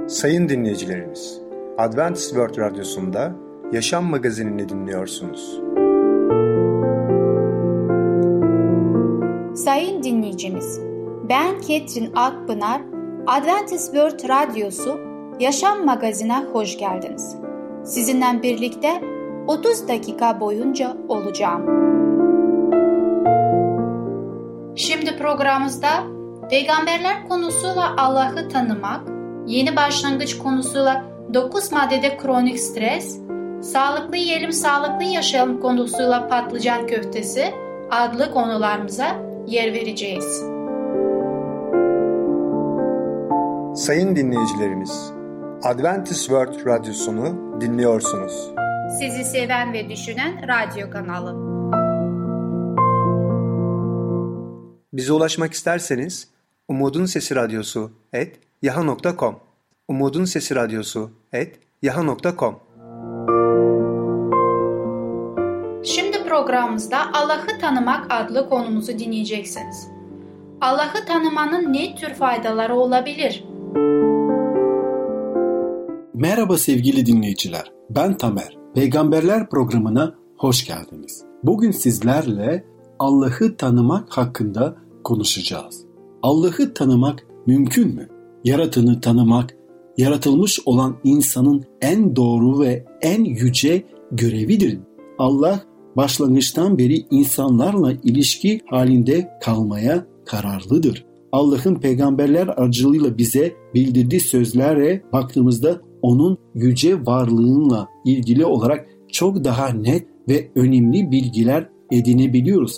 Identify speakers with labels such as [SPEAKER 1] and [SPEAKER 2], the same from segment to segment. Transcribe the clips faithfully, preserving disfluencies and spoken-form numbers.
[SPEAKER 1] Sayın dinleyicilerimiz, Adventist World Radyosu'nda Yaşam Magazinini dinliyorsunuz.
[SPEAKER 2] Sayın dinleyicimiz, ben Ketrin Akpınar, Adventist World Radyosu Yaşam Magazinine hoş geldiniz. Sizinle birlikte otuz dakika boyunca olacağım. Şimdi programımızda peygamberler konusuyla Allah'ı tanımak, yeni başlangıç konusuyla dokuz maddede kronik stres, sağlıklı yiyelim sağlıklı yaşayalım konusuyla patlıcan köftesi adlı konularımıza yer vereceğiz.
[SPEAKER 1] Sayın dinleyicilerimiz, Adventist World Radyosunu dinliyorsunuz.
[SPEAKER 2] Sizi seven ve düşünen radyo kanalı.
[SPEAKER 1] Bize ulaşmak isterseniz Umutun Sesi Radyosu et yaha nokta com Umutun Sesi Radyosu et yaha nokta com.
[SPEAKER 2] Şimdi programımızda Allah'ı tanımak adlı konumuzu dinleyeceksiniz. Allah'ı tanımanın ne tür faydaları olabilir?
[SPEAKER 3] Merhaba sevgili dinleyiciler, ben Tamer. Peygamberler programına hoş geldiniz. Bugün sizlerle Allah'ı tanımak hakkında konuşacağız. Allah'ı tanımak mümkün mü? Yaratanı tanımak, yaratılmış olan insanın en doğru ve en yüce görevidir. Allah başlangıçtan beri insanlarla ilişki halinde kalmaya kararlıdır. Allah'ın peygamberler aracılığıyla bize bildirdiği sözlere baktığımızda onun yüce varlığıyla ilgili olarak çok daha net ve önemli bilgiler edinebiliyoruz.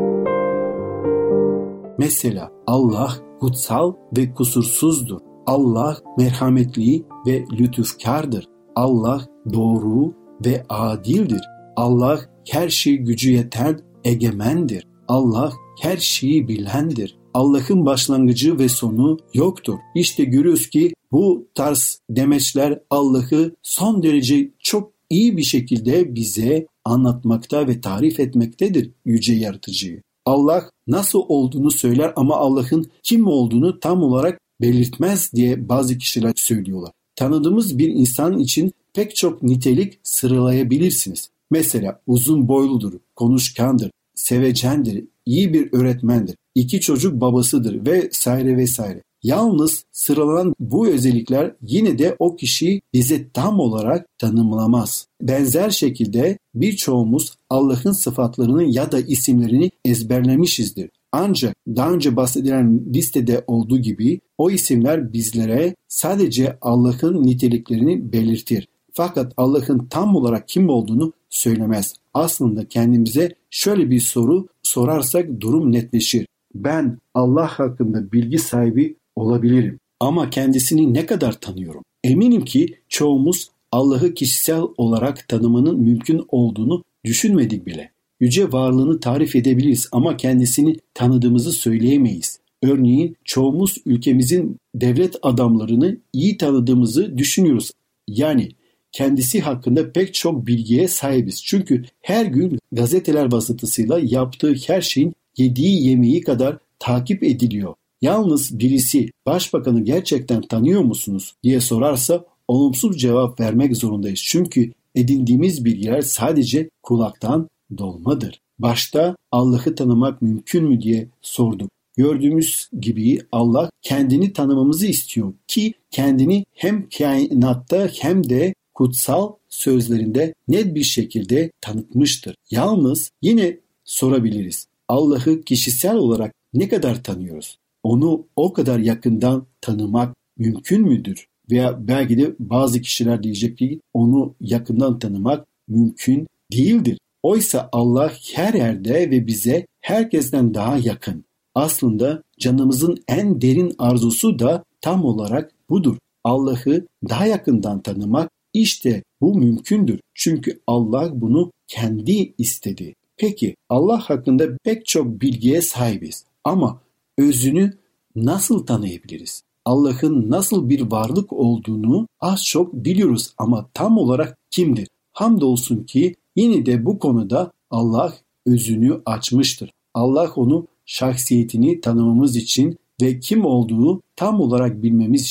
[SPEAKER 3] Mesela Allah kutsal ve kusursuzdur. Allah merhametli ve lütufkardır. Allah doğru ve adildir. Allah her şeyi gücü yeten egemendir. Allah her şeyi bilendir. Allah'ın başlangıcı ve sonu yoktur. İşte görüyoruz ki bu tarz demeçler Allah'ı son derece çok iyi bir şekilde bize anlatmakta ve tarif etmektedir yüce yaratıcıyı. Allah nasıl olduğunu söyler ama Allah'ın kim olduğunu tam olarak belirtmez diye bazı kişiler söylüyorlar. Tanıdığımız bir insan için pek çok nitelik sıralayabilirsiniz. Mesela uzun boyludur, konuşkandır, sevecendir, iyi bir öğretmendir, iki çocuk babasıdır vesaire vesaire. Yalnız sıralanan bu özellikler yine de o kişiyi bize tam olarak tanımlamaz. Benzer şekilde birçoğumuz Allah'ın sıfatlarını ya da isimlerini ezberlemişizdir. Ancak daha önce bahsedilen listede olduğu gibi o isimler bizlere sadece Allah'ın niteliklerini belirtir. Fakat Allah'ın tam olarak kim olduğunu söylemez. Aslında kendimize şöyle bir soru sorarsak durum netleşir. Ben Allah hakkında bilgi sahibi olabilirim ama kendisini ne kadar tanıyorum? Eminim ki çoğumuz Allah'ı kişisel olarak tanımanın mümkün olduğunu düşünmedik bile. Yüce varlığını tarif edebiliriz ama kendisini tanıdığımızı söyleyemeyiz. Örneğin çoğumuz ülkemizin devlet adamlarını iyi tanıdığımızı düşünüyoruz. Yani kendisi hakkında pek çok bilgiye sahibiz. Çünkü her gün gazeteler vasıtasıyla yaptığı her şeyin yediği yemeği kadar takip ediliyor. Yalnız birisi başbakanı gerçekten tanıyor musunuz diye sorarsa olumsuz cevap vermek zorundayız. Çünkü edindiğimiz bilgiler sadece kulaktan dolmadır. Başta Allah'ı tanımak mümkün mü diye sorduk. Gördüğümüz gibi Allah kendini tanımamızı istiyor ki kendini hem kainatta hem de kutsal sözlerinde net bir şekilde tanıtmıştır. Yalnız yine sorabiliriz. Allah'ı kişisel olarak ne kadar tanıyoruz? Onu o kadar yakından tanımak mümkün müdür? Veya belki de bazı kişiler diyecek ki onu yakından tanımak mümkün değildir. Oysa Allah her yerde ve bize herkesten daha yakın. Aslında canımızın en derin arzusu da tam olarak budur. Allah'ı daha yakından tanımak, işte bu mümkündür. Çünkü Allah bunu kendi istedi. Peki Allah hakkında pek çok bilgiye sahibiz ama özünü nasıl tanıyabiliriz? Allah'ın nasıl bir varlık olduğunu az çok biliyoruz ama tam olarak kimdir? Hamdolsun ki yine de bu konuda Allah özünü açmıştır. Allah onu şahsiyetini tanımamız için ve kim olduğu tam olarak bilmemiz için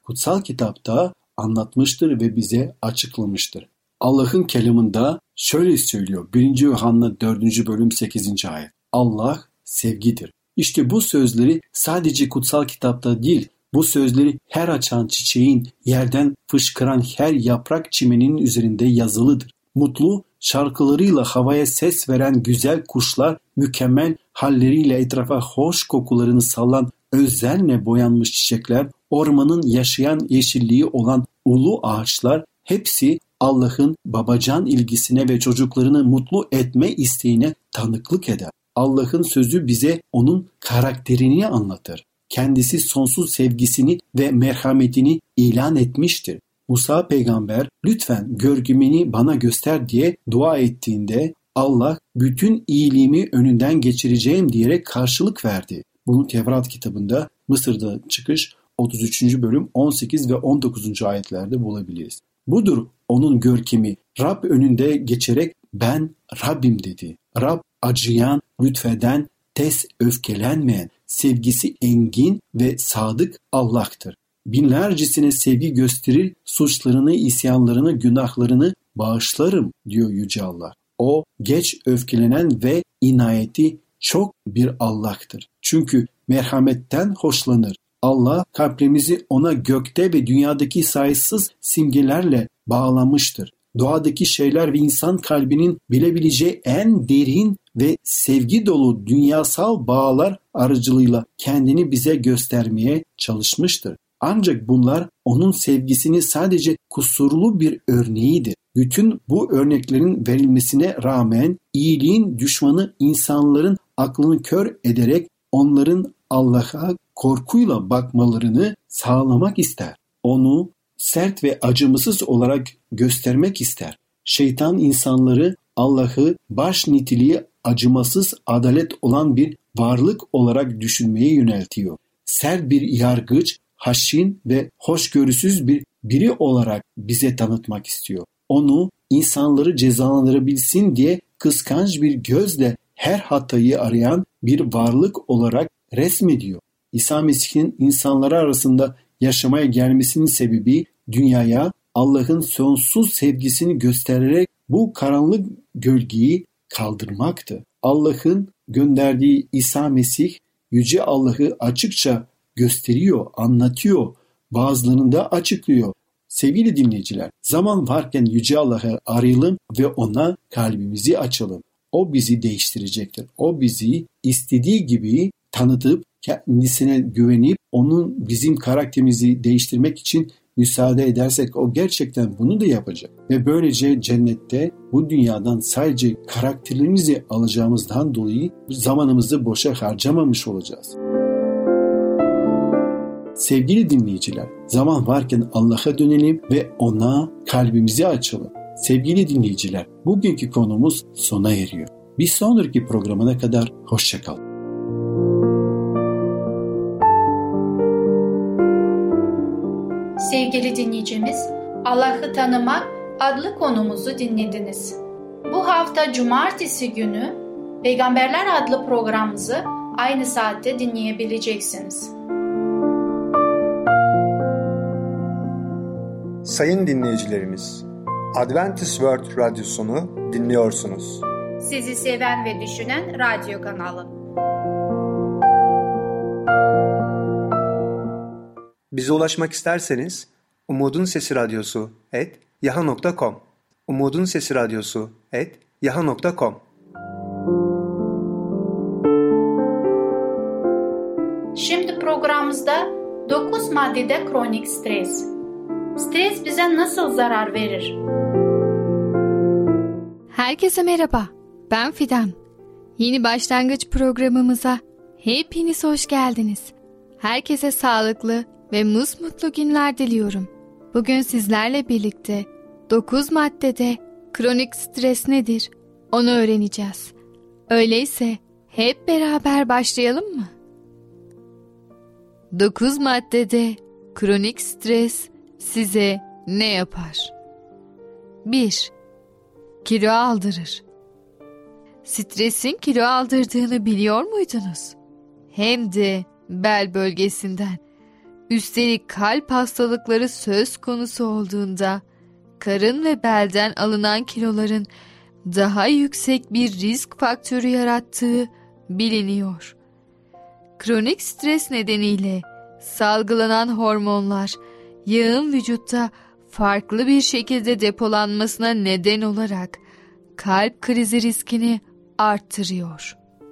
[SPEAKER 3] kutsal kitapta anlatmıştır ve bize açıklamıştır. Allah'ın kelamında şöyle söylüyor. birinci Yuhanna dördüncü bölüm sekizinci ayet. Allah sevgidir. İşte bu sözleri sadece kutsal kitapta değil, bu sözleri her açan çiçeğin, yerden fışkıran her yaprak çimenin üzerinde yazılıdır. Mutlu şarkılarıyla havaya ses veren güzel kuşlar, mükemmel halleriyle etrafa hoş kokularını salan özenle boyanmış çiçekler, ormanın yaşayan yeşilliği olan ulu ağaçlar, hepsi Allah'ın babacan ilgisine ve çocuklarını mutlu etme isteğine tanıklık eder. Allah'ın sözü bize onun karakterini anlatır. Kendisi sonsuz sevgisini ve merhametini ilan etmiştir. Musa peygamber lütfen görgümeni bana göster diye dua ettiğinde Allah bütün iyiliğimi önünden geçireceğim diyerek karşılık verdi. Bunu Tevrat kitabında Mısır'da çıkış otuz üçüncü bölüm on sekiz ve on dokuzuncu ayetlerde bulabiliriz. Budur onun görkemi. Rab önünde geçerek ben Rabbim dedi. Rab acıyan, lütfeden, tez öfkelenmeyen, sevgisi engin ve sadık Allah'tır. Binlercesine sevgi gösterir, suçlarını, isyanlarını, günahlarını bağışlarım diyor Yüce Allah. O geç öfkelenen ve inayeti çok bir Allah'tır. Çünkü merhametten hoşlanır. Allah kalplerimizi ona gökte ve dünyadaki sayısız simgelerle bağlamıştır. Doğadaki şeyler ve insan kalbinin bilebileceği en derin ve sevgi dolu dünyasal bağlar aracılığıyla kendini bize göstermeye çalışmıştır. Ancak bunlar onun sevgisini sadece kusurlu bir örneğidir. Bütün bu örneklerin verilmesine rağmen iyiliğin düşmanı insanların aklını kör ederek onların Allah'a korkuyla bakmalarını sağlamak ister. Onu sert ve acımasız olarak göstermek ister. Şeytan insanları Allah'ı baş niteliği acımasız adalet olan bir varlık olarak düşünmeye yöneltiyor. Sert bir yargıç, haşin ve hoşgörüsüz bir biri olarak bize tanıtmak istiyor. Onu insanları cezalandırabilsin diye kıskanç bir gözle her hatayı arayan bir varlık olarak resmediyor. İsa Mesih'in insanlar arasında yaşamaya gelmesinin sebebi dünyaya Allah'ın sonsuz sevgisini göstererek bu karanlık gölgeyi kaldırmaktı. Allah'ın gönderdiği İsa Mesih Yüce Allah'ı açıkça gösteriyor, anlatıyor, bazılarında açıklıyor. Sevgili dinleyiciler, zaman varken Yüce Allah'ı arayalım ve ona kalbimizi açalım. O bizi değiştirecektir. O bizi istediği gibi tanıtıp kendisine güvenip onun bizim karakterimizi değiştirmek için müsaade edersek o gerçekten bunu da yapacak. Ve böylece cennette bu dünyadan sadece karakterlerimizi alacağımızdan dolayı zamanımızı boşa harcamamış olacağız. Sevgili dinleyiciler, zaman varken Allah'a dönelim ve ona kalbimizi açalım. Sevgili dinleyiciler, bugünkü konumuz sona eriyor. Bir sonraki programına kadar hoşça kalın.
[SPEAKER 2] Sevgili dinleyicimiz, Allah'ı tanımak adlı konumuzu dinlediniz. Bu hafta Cumartesi günü Peygamberler adlı programımızı aynı saatte dinleyebileceksiniz.
[SPEAKER 1] Sayın dinleyicilerimiz, Adventist World Radyosunu dinliyorsunuz.
[SPEAKER 2] Sizi seven ve düşünen radyo kanalı.
[SPEAKER 1] Bize ulaşmak isterseniz Umutun Sesi Radyosu et yaha nokta com Umutun Sesi Radyosu et yaha nokta com.
[SPEAKER 2] Şimdi programımızda dokuz maddede kronik stres. Stres bize nasıl zarar verir?
[SPEAKER 4] Herkese merhaba, ben Fidan. Yeni başlangıç programımıza hepiniz hoş geldiniz. Herkese sağlıklı ve musmutlu günler diliyorum. Bugün sizlerle birlikte dokuz maddede kronik stres nedir onu öğreneceğiz. Öyleyse hep beraber başlayalım mı? dokuz maddede kronik stres size ne yapar? bir. Kilo aldırır. Stresin kilo aldırdığını biliyor muydunuz? Hem de bel bölgesinden. Üstelik kalp hastalıkları söz konusu olduğunda karın ve belden alınan kiloların daha yüksek bir risk faktörü yarattığı biliniyor. Kronik stres nedeniyle salgılanan hormonlar yağın vücutta farklı bir şekilde depolanmasına neden olarak kalp krizi riskini arttırıyor.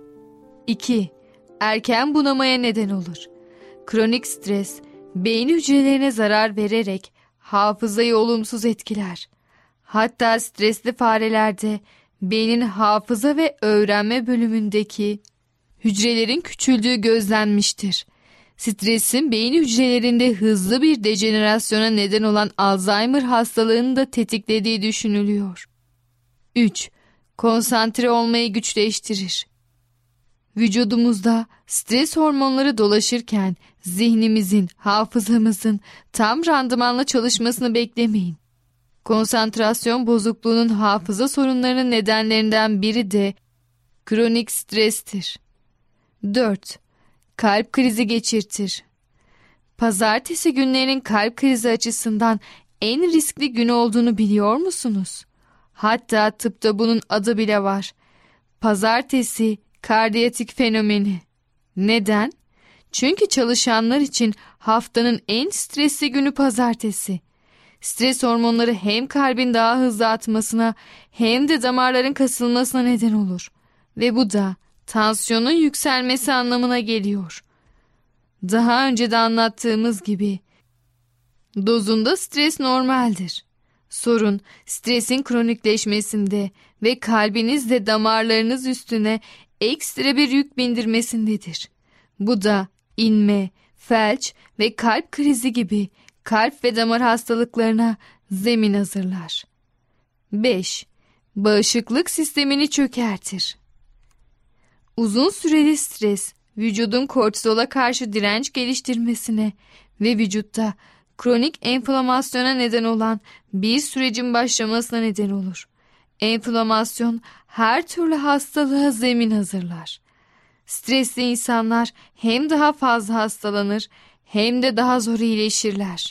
[SPEAKER 4] iki. Erken bunamaya neden olur. Kronik stres, beyin hücrelerine zarar vererek hafızayı olumsuz etkiler. Hatta stresli farelerde beynin hafıza ve öğrenme bölümündeki hücrelerin küçüldüğü gözlenmiştir. Stresin beyin hücrelerinde hızlı bir dejenerasyona neden olan Alzheimer hastalığını da tetiklediği düşünülüyor. üç. Konsantre olmayı güçleştirir. Vücudumuzda stres hormonları dolaşırken zihnimizin, hafızamızın tam randımanla çalışmasını beklemeyin. Konsantrasyon bozukluğunun hafıza sorunlarının nedenlerinden biri de kronik strestir. dört. Kalp krizi geçirtir. Pazartesi günlerinin kalp krizi açısından en riskli gün olduğunu biliyor musunuz? Hatta tıpta bunun adı bile var. Pazartesi kardiyatik fenomeni. Neden? Çünkü çalışanlar için haftanın en stresli günü pazartesi. Stres hormonları hem kalbin daha hızlı atmasına hem de damarların kasılmasına neden olur. Ve bu da tansiyonun yükselmesi anlamına geliyor. Daha önce de anlattığımız gibi dozunda stres normaldir. Sorun stresin kronikleşmesinde ve kalbiniz de damarlarınız üstüne ekstra bir yük bindirmesindedir. Bu da inme, felç ve kalp krizi gibi kalp ve damar hastalıklarına zemin hazırlar. beş. Bağışıklık sistemini çökertir. Uzun süreli stres, vücudun kortizola karşı direnç geliştirmesine ve vücutta kronik enflamasyona neden olan bir sürecin başlamasına neden olur. Enflamasyon her türlü hastalığa zemin hazırlar. Stresli insanlar hem daha fazla hastalanır hem de daha zor iyileşirler.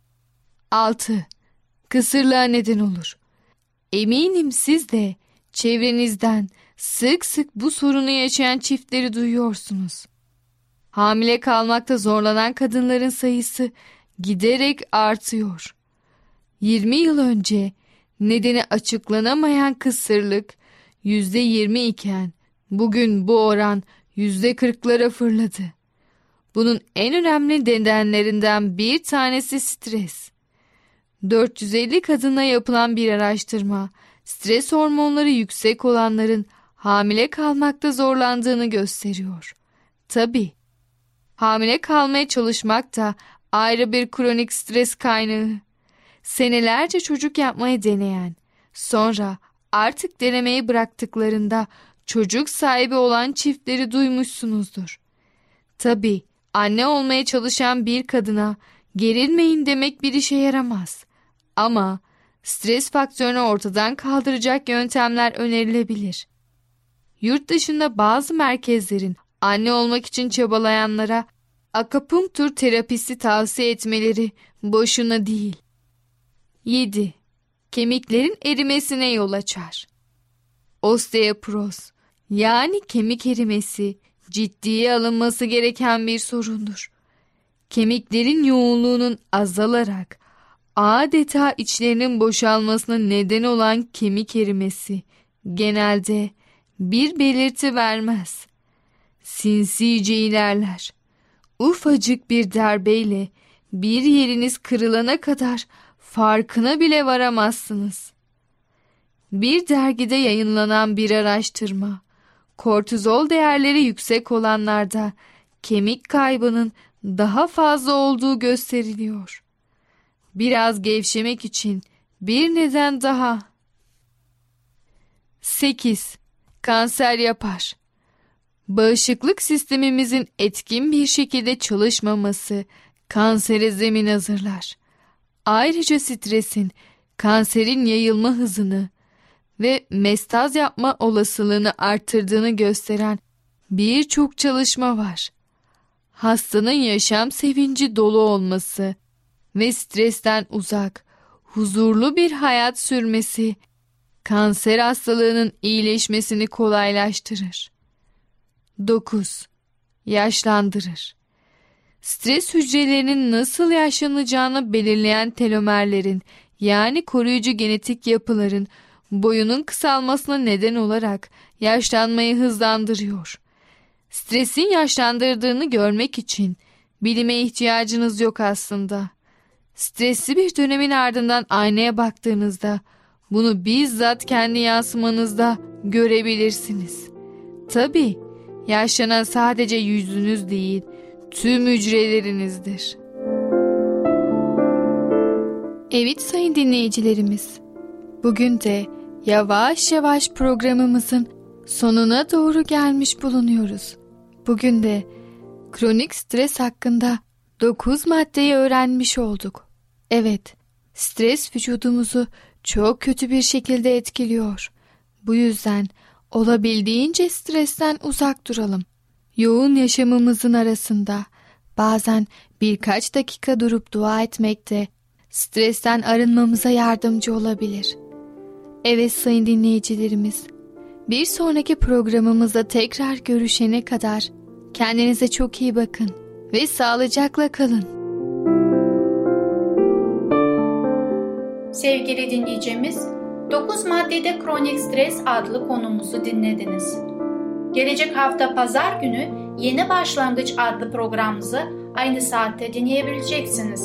[SPEAKER 4] altı. Kısırlığa neden olur. Eminim siz de çevrenizden sık sık bu sorunu yaşayan çiftleri duyuyorsunuz. Hamile kalmakta zorlanan kadınların sayısı giderek artıyor. yirmi yıl önce nedeni açıklanamayan kısırlık yüzde yirmi iken bugün bu oran yüzde kırklara fırladı. Bunun en önemli nedenlerinden bir tanesi stres. dört yüz elli kadına yapılan bir araştırma, stres hormonları yüksek olanların hamile kalmakta zorlandığını gösteriyor. Tabii, hamile kalmaya çalışmak da ayrı bir kronik stres kaynağı. Senelerce çocuk yapmayı deneyen, sonra artık denemeyi bıraktıklarında çocuk sahibi olan çiftleri duymuşsunuzdur. Tabii, anne olmaya çalışan bir kadına gerilmeyin demek bir işe yaramaz. Ama stres faktörünü ortadan kaldıracak yöntemler önerilebilir. Yurt dışında bazı merkezlerin anne olmak için çabalayanlara akupunktur terapisi tavsiye etmeleri boşuna değil. yedi. Kemiklerin erimesine yol açar. Osteoporoz, yani kemik erimesi, ciddiye alınması gereken bir sorundur. Kemiklerin yoğunluğunun azalarak adeta içlerinin boşalmasına neden olan kemik erimesi genelde bir belirti vermez. Sinsice ilerler. Ufacık bir darbeyle bir yeriniz kırılana kadar farkına bile varamazsınız. Bir dergide yayınlanan bir araştırma, kortizol değerleri yüksek olanlarda kemik kaybının daha fazla olduğu gösteriliyor. Biraz gevşemek için bir neden daha. sekiz. Kanser yapar. Bağışıklık sistemimizin etkin bir şekilde çalışmaması kansere zemin hazırlar. Ayrıca stresin kanserin yayılma hızını ve metastaz yapma olasılığını arttırdığını gösteren birçok çalışma var. hastanın yaşam sevinci dolu olması ve stresten uzak, huzurlu bir hayat sürmesi, kanser hastalığının iyileşmesini kolaylaştırır. dokuz. Yaşlandırır. Stres hücrelerinin nasıl yaşlanacağını belirleyen telomerlerin yani koruyucu genetik yapıların boyunun kısalmasına neden olarak yaşlanmayı hızlandırıyor. Stresin yaşlandırdığını görmek için bilime ihtiyacınız yok aslında. Stresli bir dönemin ardından aynaya baktığınızda bunu bizzat kendi yansımanızda görebilirsiniz. Tabii yaşlanan sadece yüzünüz değil, tüm hücrelerinizdir. Evet sayın dinleyicilerimiz, bugün de yavaş yavaş programımızın sonuna doğru gelmiş bulunuyoruz. Bugün de kronik stres hakkında dokuz maddeyi öğrenmiş olduk. Evet, stres vücudumuzu çok kötü bir şekilde etkiliyor. Bu yüzden olabildiğince stresten uzak duralım. Yoğun yaşamımızın arasında bazen birkaç dakika durup dua etmek de stresten arınmamıza yardımcı olabilir. Evet sayın dinleyicilerimiz, bir sonraki programımızda tekrar görüşene kadar kendinize çok iyi bakın ve sağlıcakla kalın.
[SPEAKER 2] Sevgili dinleyicimiz, dokuz maddede kronik stres adlı konumuzu dinlediniz. Gelecek hafta pazar günü Yeni Başlangıç adlı programımızı aynı saatte dinleyebileceksiniz.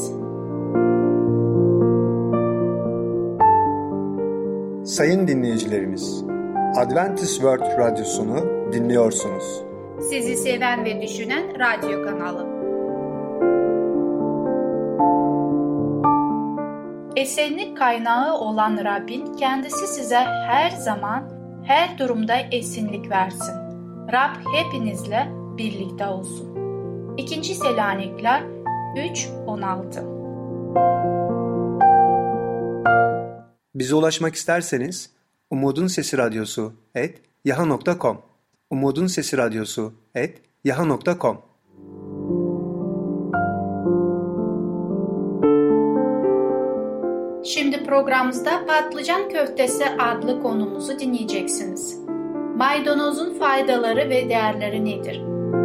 [SPEAKER 1] Sayın dinleyicilerimiz, Adventist World Radyosunu dinliyorsunuz.
[SPEAKER 2] Sizi seven ve düşünen radyo kanalı. Esenlik kaynağı olan Rabbin kendisi size her zaman, her durumda esinlik versin. Rab hepinizle birlikte olsun. İkinci Selanikliler üç on altı.
[SPEAKER 1] Bize ulaşmak isterseniz Umutun Sesi Radyosu et yaha nokta com Umutun Sesi Radyosu et yaha nokta com.
[SPEAKER 2] Şimdi programımızda patlıcan köftesi adlı konumuzu dinleyeceksiniz. Maydanozun faydaları ve değerleri nedir?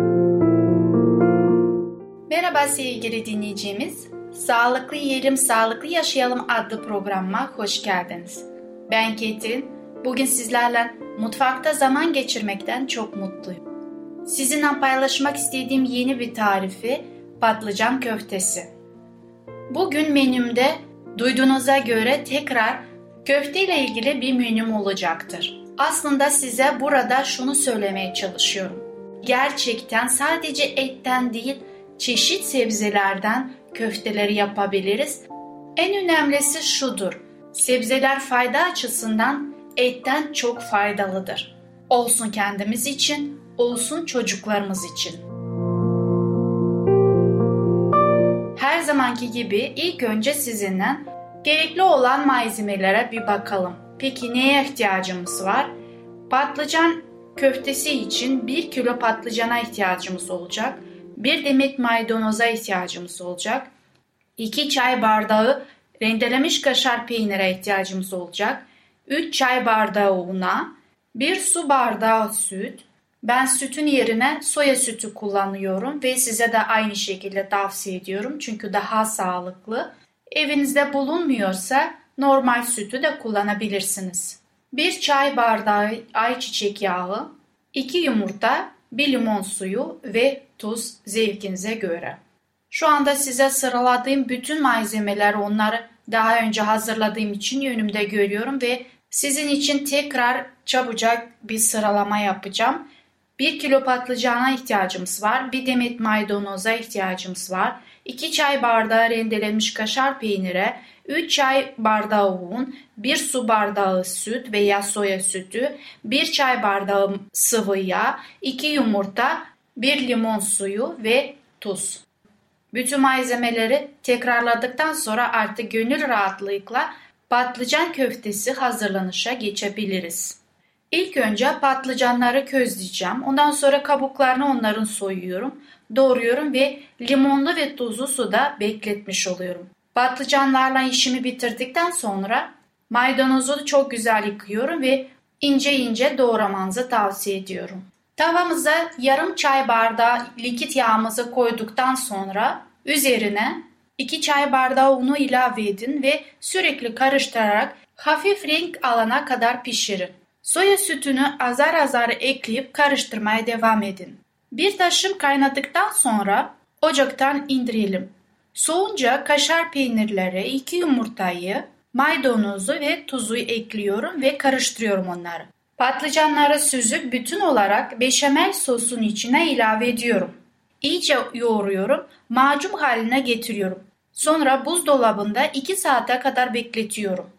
[SPEAKER 2] Merhaba sevgili dinleyicimiz. Sağlıklı Yiyelim, Sağlıklı Yaşayalım adlı programıma hoş geldiniz. Ben Ketin. Bugün sizlerle mutfakta zaman geçirmekten çok mutluyum. Sizinle paylaşmak istediğim yeni bir tarifi patlıcan köftesi. Bugün menümde duyduğunuza göre tekrar köfte ile ilgili bir menüm olacaktır. Aslında size burada şunu söylemeye çalışıyorum. Gerçekten sadece etten değil, çeşit sebzelerden köfteleri yapabiliriz. En önemlisi şudur. Sebzeler fayda açısından etten çok faydalıdır. Olsun kendimiz için, olsun çocuklarımız için. Her zamanki gibi ilk önce sizinle gerekli olan malzemelere bir bakalım. Peki neye ihtiyacımız var? Patlıcan köftesi için bir kilo patlıcana ihtiyacımız olacak. Bir demet maydanoza ihtiyacımız olacak. iki çay bardağı rendelemiş kaşar peynire ihtiyacımız olacak. üç çay bardağı una, bir su bardağı süt. Ben sütün yerine soya sütü kullanıyorum ve size de aynı şekilde tavsiye ediyorum. Çünkü daha sağlıklı. Evinizde bulunmuyorsa normal sütü de kullanabilirsiniz. bir çay bardağı ayçiçek yağı, iki yumurta, bir limon suyu ve tuz zevkinize göre. Şu anda size sıraladığım bütün malzemeler, onları daha önce hazırladığım için önümde görüyorum ve sizin için tekrar çabucak bir sıralama yapacağım. bir kilo patlıcana ihtiyacımız var, bir demet maydanoza ihtiyacımız var, iki çay bardağı rendelenmiş kaşar peynire, üç çay bardağı un, bir su bardağı süt veya soya sütü, bir çay bardağı sıvı yağ, iki yumurta, bir limon suyu ve tuz. Bütün malzemeleri tekrarladıktan sonra artık gönül rahatlığıyla patlıcan köftesi hazırlanışa geçebiliriz. İlk önce patlıcanları közleyeceğim. Ondan sonra kabuklarını onların soyuyorum, doğruyorum ve limonlu ve tuzlu suda bekletmiş oluyorum. Patlıcanlarla işimi bitirdikten sonra maydanozu çok güzel yıkıyorum ve ince ince doğramanızı tavsiye ediyorum. Tavamıza yarım çay bardağı likit yağımızı koyduktan sonra üzerine iki çay bardağı unu ilave edin ve sürekli karıştırarak hafif renk alana kadar pişirin. Soya sütünü azar azar ekleyip karıştırmaya devam edin. Bir taşım kaynadıktan sonra ocaktan indirelim. Soğunca kaşar peynirleri, iki yumurtayı, maydanozu ve tuzu ekliyorum ve karıştırıyorum onları. Patlıcanları süzüp bütün olarak beşamel sosun içine ilave ediyorum. İyice yoğuruyorum, macun haline getiriyorum. Sonra buzdolabında iki saate kadar bekletiyorum.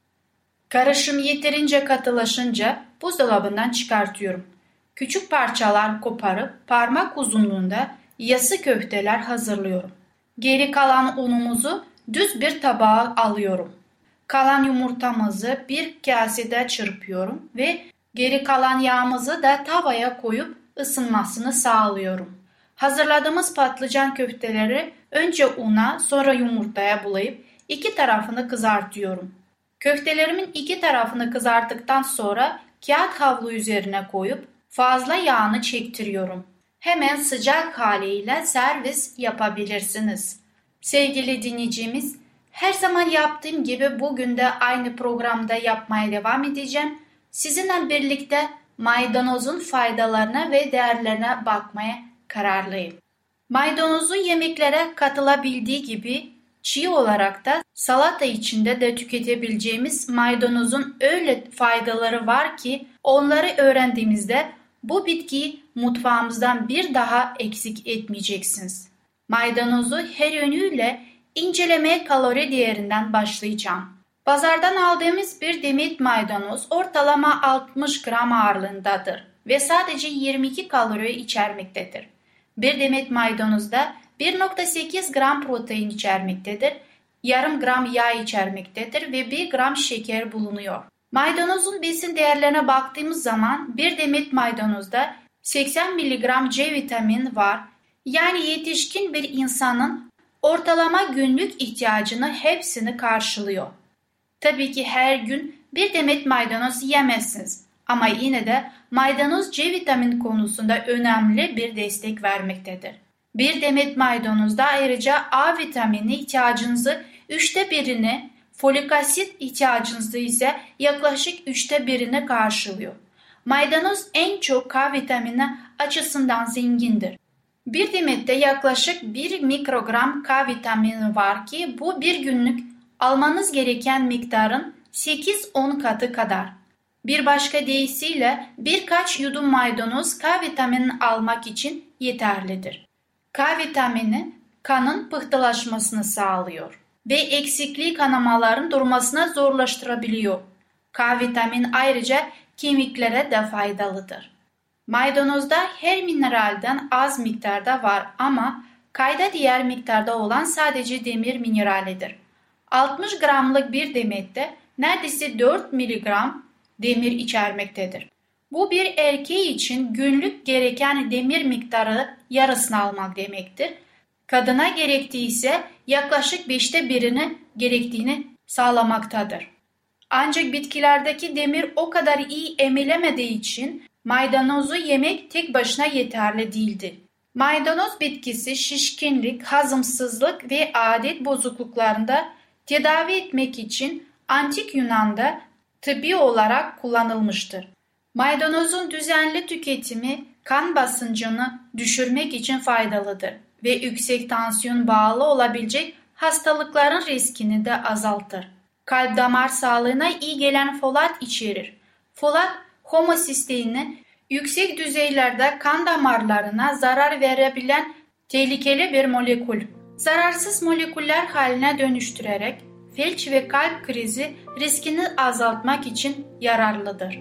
[SPEAKER 2] Karışım yeterince katılaşınca buzdolabından çıkartıyorum. Küçük parçalar koparıp parmak uzunluğunda yassı köfteler hazırlıyorum. Geri kalan unumuzu düz bir tabağa alıyorum. Kalan yumurtamızı bir kasede çırpıyorum ve geri kalan yağımızı da tavaya koyup ısınmasını sağlıyorum. Hazırladığımız patlıcan köfteleri önce una sonra yumurtaya bulayıp iki tarafını kızartıyorum. Köftelerimin iki tarafını kızarttıktan sonra kağıt havlu üzerine koyup fazla yağını çektiriyorum. Hemen sıcak haliyle servis yapabilirsiniz. Sevgili dinleyicimiz, her zaman yaptığım gibi bugün de aynı programda yapmaya devam edeceğim. Sizinle birlikte maydanozun faydalarına ve değerlerine bakmaya kararlıyım. Maydanozun yemeklere katılabildiği gibi çiğ olarak da salata içinde de tüketebileceğimiz maydanozun öyle faydaları var ki onları öğrendiğimizde bu bitkiyi mutfağımızdan bir daha eksik etmeyeceksiniz. Maydanozu her yönüyle incelemeye kalori değerinden başlayacağım. Pazardan aldığımız bir demet maydanoz ortalama altmış gram ağırlığındadır ve sadece yirmi iki kalori içermektedir. Bir demet maydanozda bir virgül sekiz gram protein içermektedir, yarım gram yağ içermektedir ve bir gram şeker bulunuyor. Maydanozun besin değerlerine baktığımız zaman bir demet maydanozda seksen miligram C vitamini var. Yani yetişkin bir insanın ortalama günlük ihtiyacını hepsini karşılıyor. Tabii ki her gün bir demet maydanoz yemezsiniz ama yine de maydanoz C vitamini konusunda önemli bir destek vermektedir. Bir demet maydanozda ayrıca A vitamini ihtiyacınızı üçte birini, folik asit ihtiyacınızı ise yaklaşık üçte birini karşılıyor. Maydanoz en çok K vitamini açısından zengindir. Bir demette yaklaşık bir mikrogram K vitamini var ki bu bir günlük almanız gereken miktarın sekiz on katı kadar. Bir başka deyişiyle birkaç yudum maydanoz K vitamini almak için yeterlidir. K vitamini kanın pıhtılaşmasını sağlıyor ve eksikliği kanamaların durmasına zorlaştırabiliyor. K vitamini ayrıca kemiklere de faydalıdır. Maydanozda her mineralden az miktarda var ama kayda diğer miktarda olan sadece demir mineralidir. altmış gramlık bir demette neredeyse dört miligram demir içermektedir. Bu bir erkeği için günlük gereken demir miktarı yarısını almak demektir. Kadına gerektiği ise yaklaşık beşte birini gerektiğini sağlamaktadır. Ancak bitkilerdeki demir o kadar iyi emilemediği için maydanozu yemek tek başına yeterli değildir. Maydanoz bitkisi şişkinlik, hazımsızlık ve adet bozukluklarında tedavi etmek için Antik Yunan'da tıbbi olarak kullanılmıştır. Maydanozun düzenli tüketimi kan basıncını düşürmek için faydalıdır ve yüksek tansiyon bağlı olabilecek hastalıkların riskini de azaltır. Kalp damar sağlığına iyi gelen folat içerir. Folat, homosisteinin yüksek düzeylerde kan damarlarına zarar verebilen tehlikeli bir molekül. Zararsız moleküller haline dönüştürerek felç ve kalp krizi riskini azaltmak için yararlıdır.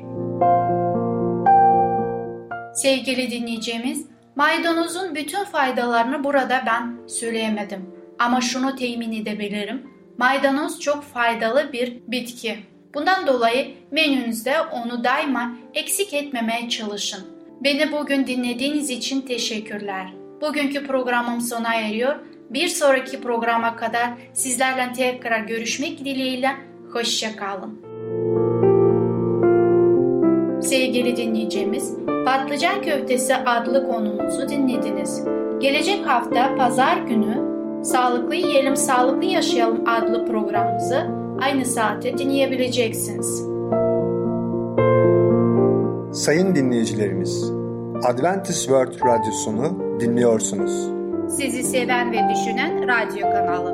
[SPEAKER 2] Sevgili dinleyicimiz, maydanozun bütün faydalarını burada ben söyleyemedim. Ama şunu temin edebilirim. Maydanoz çok faydalı bir bitki. Bundan dolayı menünüzde onu daima eksik etmemeye çalışın. Beni bugün dinlediğiniz için teşekkürler. Bugünkü programım sona eriyor. Bir sonraki programa kadar sizlerle tekrar görüşmek dileğiyle. Hoşça kalın. Sevgili dinleyicimiz, Patlıcan Köftesi adlı konumuzu dinlediniz. Gelecek hafta Pazar günü Sağlıklı Yiyelim, Sağlıklı Yaşayalım adlı programımızı aynı saatte dinleyebileceksiniz.
[SPEAKER 1] Sayın dinleyicilerimiz, Adventist World Radyosunu dinliyorsunuz.
[SPEAKER 2] Sizi seven ve düşünen radyo kanalı.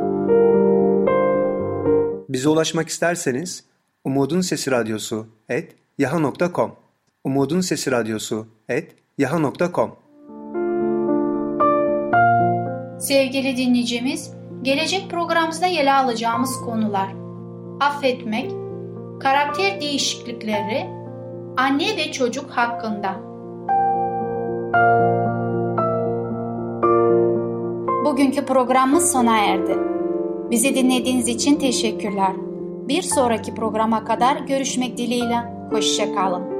[SPEAKER 1] Bize ulaşmak isterseniz Umutun Sesi Radyosu et yaha nokta com Umutun Sesi Radyosu et yaha nokta com.
[SPEAKER 2] Sevgili dinleyicimiz, gelecek programımızda ele alacağımız konular: affetmek, karakter değişiklikleri, anne ve çocuk hakkında. Bugünkü programımız sona erdi. Bizi dinlediğiniz için teşekkürler. Bir sonraki programa kadar görüşmek dileğiyle. Hoşça kalın.